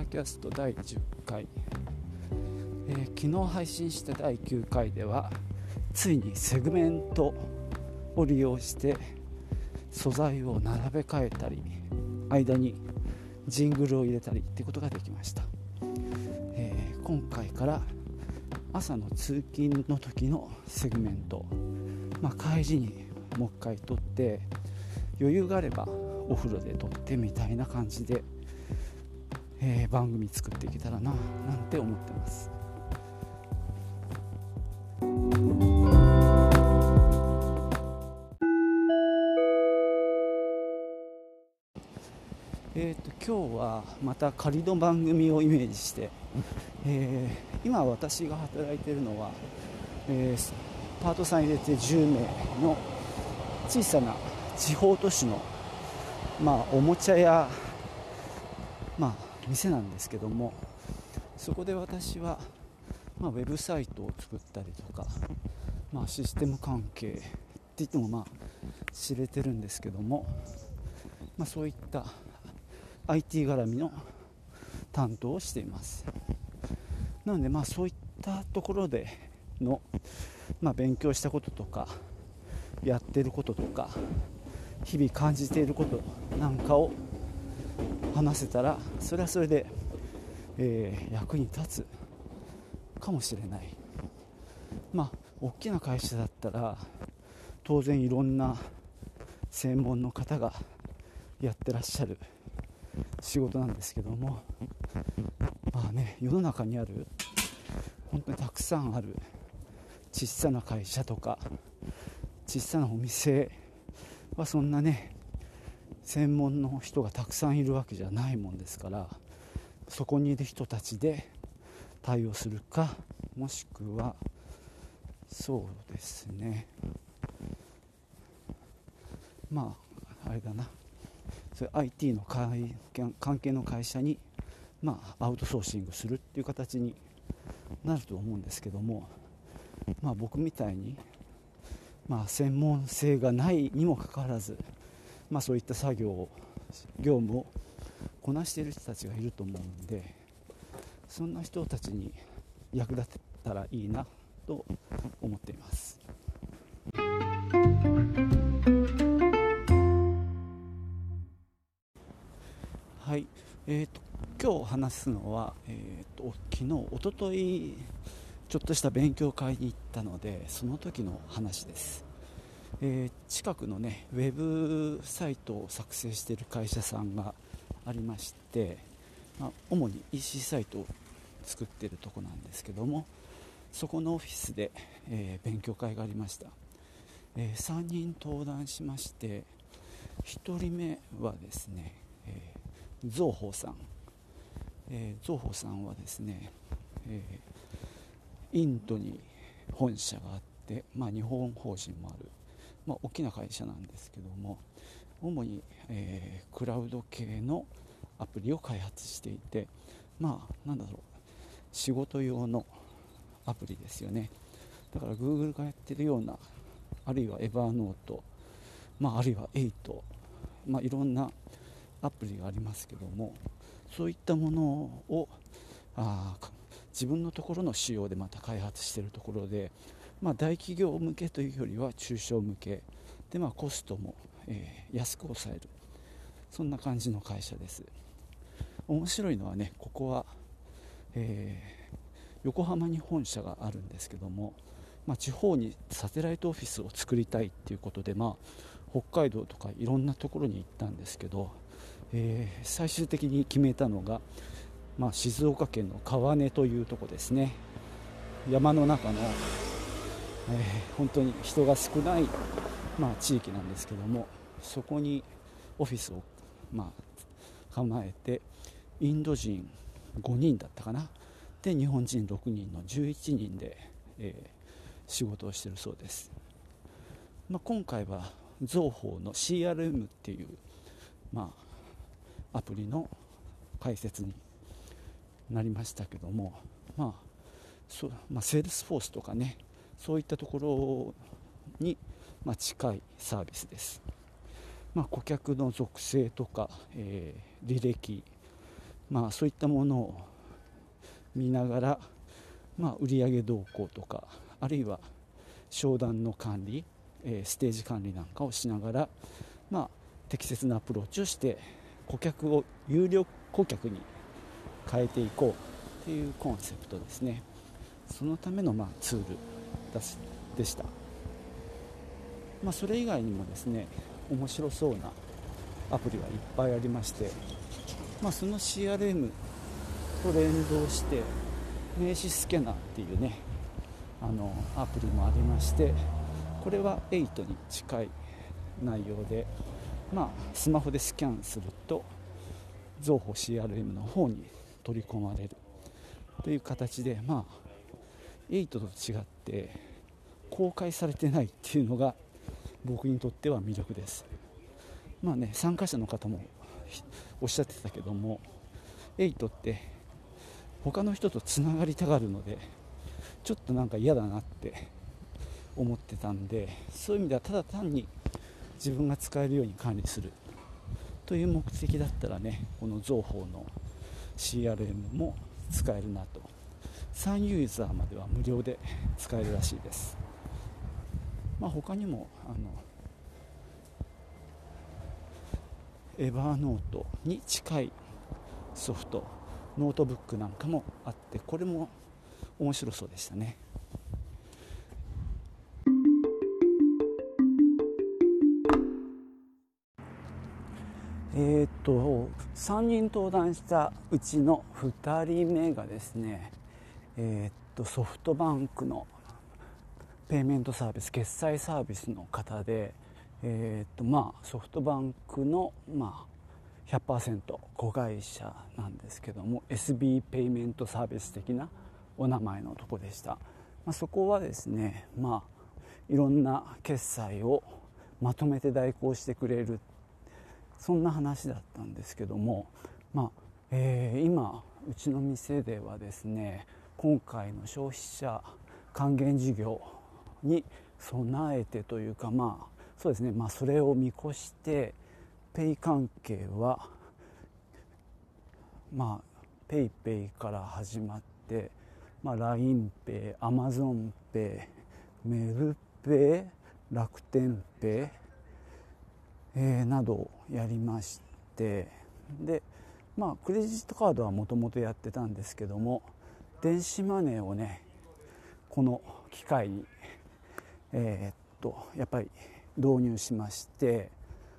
キャスト第10回、昨日配信した第9回ではついにセグメントを利用して素材を並べ替えたり間にジングルを入れたりっていうことができました。今回から朝の通勤の時のセグメント、帰りにもう一回撮って余裕があればお風呂で撮ってみたいな感じで、番組作っていけたらななんて思ってます。今日はまた仮の番組をイメージして、今私が働いているのは、パートさん入れて10名の小さな地方都市の、おもちゃや、店なんですけども、そこで私は、ウェブサイトを作ったりとか、システム関係って言っても知れてるんですけども、そういったIT 絡みの担当をしています。なのでそういったところでの、勉強したこととかやってることとか日々感じていることなんかを話せたらそれはそれで、役に立つかもしれない。大きな会社だったら当然いろんな専門の方がやってらっしゃる仕事なんですけども、世の中にある本当にたくさんある小さな会社とか小さなお店はそんな専門の人がたくさんいるわけじゃないもんですから、そこにいる人たちで対応するか、もしくはそうですね、あれだな、それ IT の関係の会社に、アウトソーシングするっていう形になると思うんですけども、僕みたいに、専門性がないにもかかわらず、そういった業務をこなしている人たちがいると思うんで、そんな人たちに役立てたらいいなと思っています。はい、今日話すのは、昨日一昨日ちょっとした勉強会に行ったのでその時の話です。近くのウェブサイトを作成している会社さんがありまして、主に EC サイトを作っているとこなんですけども、そこのオフィスで、勉強会がありました。3人登壇しまして、1人目はですね、ゾウホウさん、ゾウホウさんはですね、インドに本社があって、日本法人もある、大きな会社なんですけども、主に、クラウド系のアプリを開発していて、仕事用のアプリですよね。だから Google がやってるような、あるいはエバーノート、あるいは8、いろんなアプリがありますけども、そういったものを自分のところの仕様でまた開発しているところで、大企業向けというよりは中小向けで、コストも、安く抑える、そんな感じの会社です。面白いのはここは、横浜に本社があるんですけども、地方にサテライトオフィスを作りたいっていうことで、北海道とかいろんなところに行ったんですけど、最終的に決めたのが、静岡県の川根というとこですね。山の中の、本当に人が少ない、地域なんですけども、そこにオフィスを、構えて、インド人5人だったかな、で日本人6人の11人で、仕事をしているそうです。今回はゾウホウの CRM っていう、アプリの解説になりましたけども、セールスフォースとかそういったところに、近いサービスです。顧客の属性とか、履歴そういったものを見ながら、売上動向とか、あるいは商談の管理、ステージ管理なんかをしながら、適切なアプローチをして顧客を有料顧客に変えていこうというコンセプトですね。そのためのツールでした。それ以外にもですね、面白そうなアプリはいっぱいありまして、その CRM と連動して名刺スキャナーっていうね、アプリもありまして、これは8に近い内容で、スマホでスキャンすると情報 CRM の方に取り込まれるという形で、8と違って公開されてないっていうのが僕にとっては魅力です。参加者の方もおっしゃってたけども、8って他の人とつながりたがるので、ちょっと嫌だなって思ってたんで、そういう意味ではただ単に自分が使えるように管理するという目的だったらね、この情報の CRM も使えるなと。3ユーザーまでは無料で使えるらしいです。他にもエバーノートに近いソフト、ノートブックなんかもあって、これも面白そうでしたね。3人登壇したうちの2人目がですね、ソフトバンクのペイメントサービス、決済サービスの方で、ソフトバンクの、100% 子会社なんですけども、 SB ペイメントサービス的なお名前のとこでした。そこはですね、いろんな決済をまとめて代行してくれる、そんな話だったんですけども、今うちの店ではですね、今回の消費者還元事業に備えてというか、そうですね、それを見越してペイ関係はペイペイから始まって、LINEPay、AmazonPay、メルペイ、楽天ペイ、などをやりまして、でクレジットカードはもともとやってたんですけども、電子マネーをね、この機会にやっぱり導入しまして、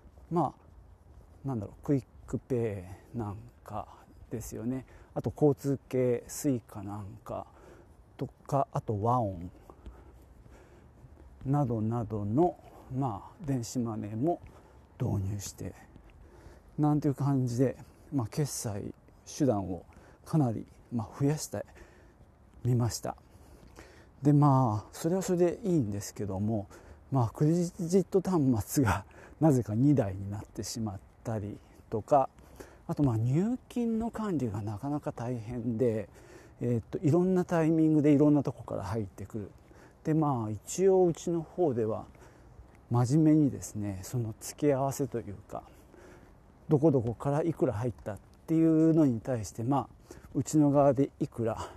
クイックペイなんかですよね、あと交通系スイカなんかとか、あとワオンなどなどの電子マネーも導入して、なんていう感じで、決済手段をかなり増やしてみました。でそれはそれでいいんですけども、クレジット端末がなぜか2台になってしまったりとか、あと入金の管理がなかなか大変で、いろんなタイミングでいろんなとこから入ってくる。で一応うちの方では真面目にですね、その付け合わせというか、どこどこからいくら入ったっていうのに対して、うちの側でいくら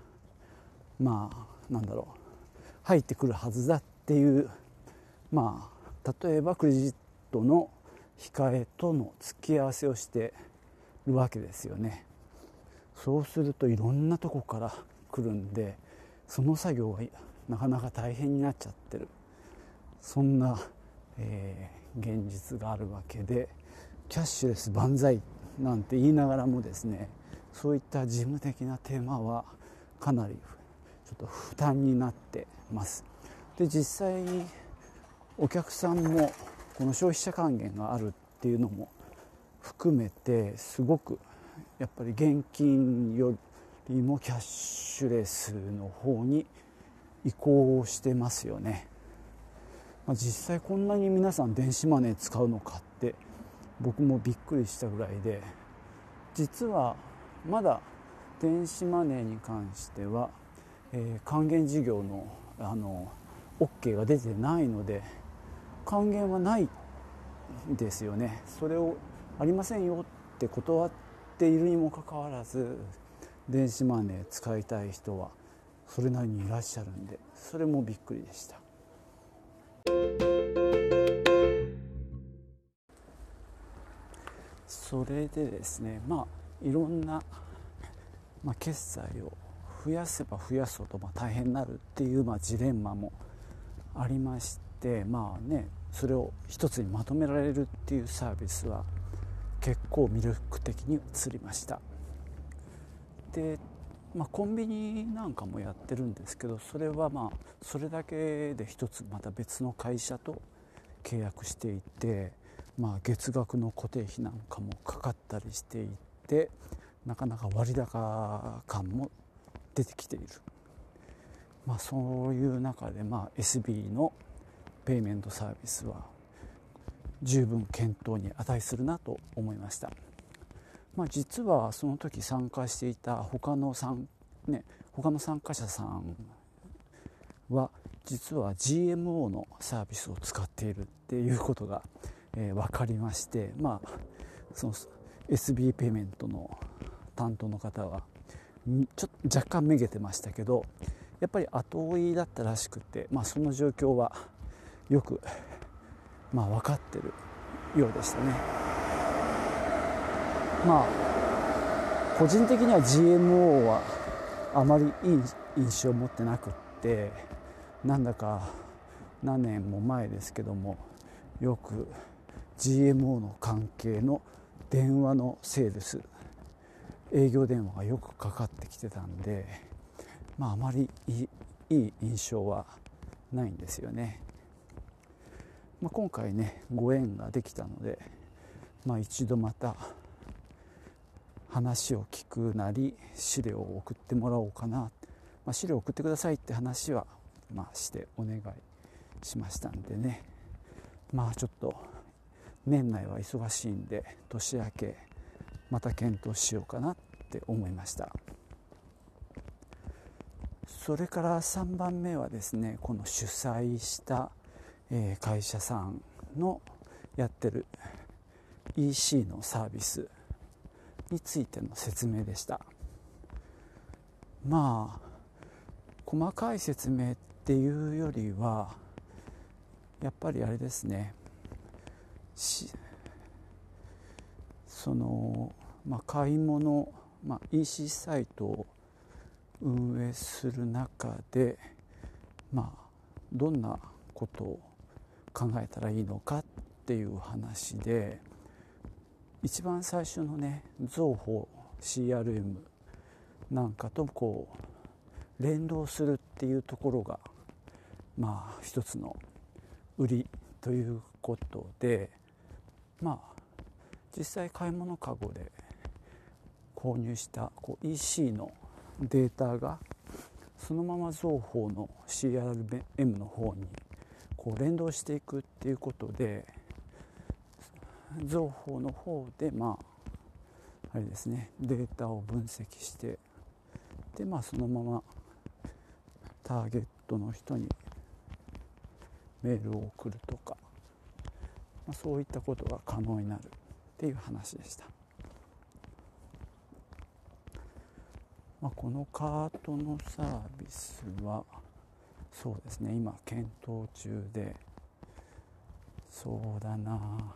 入ってくるはずだっていう、例えばクレジットの控えとの付き合わせをしてるわけですよね。そうするといろんなとこから来るんで、その作業がなかなか大変になっちゃってる、そんな、現実があるわけで、キャッシュレス万歳なんて言いながらもですね、そういった事務的な手間はかなりちょっと負担になってます。で実際お客さんもこの消費者還元があるっていうのも含めて、すごくやっぱり現金よりもキャッシュレスの方に移行してますよね。実際こんなに皆さん電子マネー使うのかって僕もびっくりしたぐらいで、実はまだ電子マネーに関しては、還元事業のOK が出てないので還元はないんですよね。それをありませんよって断っているにもかかわらず電子マネー使いたい人はそれなりにいらっしゃるんで、それもびっくりでした。それでですね、いろんな、決済を増やせば増やすほど大変になるっていうジレンマもありまして、それを一つにまとめられるっていうサービスは結構魅力的に映りました。で、コンビニなんかもやってるんですけど、それはそれだけで一つまた別の会社と契約していて、月額の固定費なんかもかかったりしていて、なかなか割高感も出てきている。そういう中でSB のペイメントサービスは十分検討に値するなと思いました。実はその時参加していた他の参加者さんは実は GMO のサービスを使っているっていうことが、分かりまして、その SB ペイメントの担当の方はちょっと若干めげてましたけど、やっぱり後追いだったらしくて、その状況はよく、分かってるようでしたね。個人的には GMO はあまりいい印象を持ってなくって、なんだか何年も前ですけども、よく GMO の関係の電話のセールス、営業電話がよくかかってきてたんで、あまりいい印象はないんですよね。今回ねご縁ができたので、一度また話を聞くなり資料を送ってもらおうかな、資料を送ってくださいって話は、してお願いしましたんでね、ちょっと年内は忙しいんで年明けまた検討しようかなって思いました。それから3番目はですね、この主催した会社さんのやってる EC のサービスについての説明でした。細かい説明っていうよりはやっぱりあれですね、買い物、EC サイトを運営する中で、どんなことを考えたらいいのかっていう話で、一番最初のね情報 CRM なんかと連動するっていうところが一つの売りということで、実際買い物かごで購入したEC のデータがそのまま情報の CRM の方に連動していくっていうことで、情報の方であれですね、データを分析して、でそのままターゲットの人にメールを送るとか、そういったことが可能になるっていう話でした。このカートのサービスはそうですね、今検討中で、そうだな、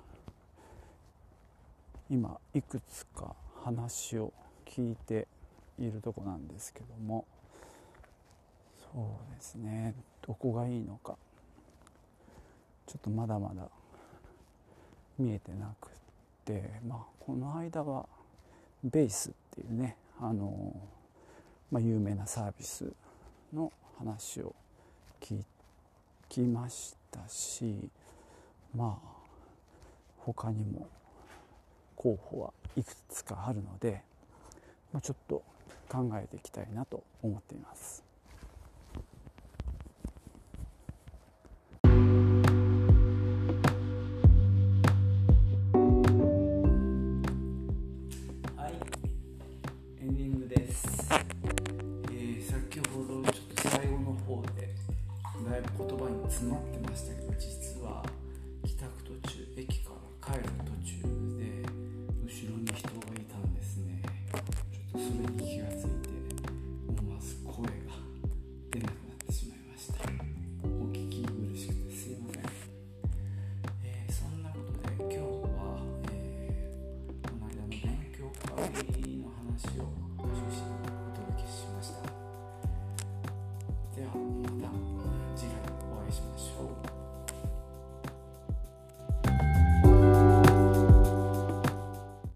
今いくつか話を聞いているとこなんですけども、そうですね、どこがいいのかちょっとまだまだ見えてなくて、この間はベースっていうね、有名なサービスの話を聞きましたし、他にも候補はいくつかあるので、ちょっと考えていきたいなと思っています。はい、エンディングです。先ほどちょっと最後の方でだいぶ言葉に詰まってましたけど、実は帰宅途中、駅から帰る途中で後ろに人がいたんですね。 の話を中心にお届けしました。ではまた。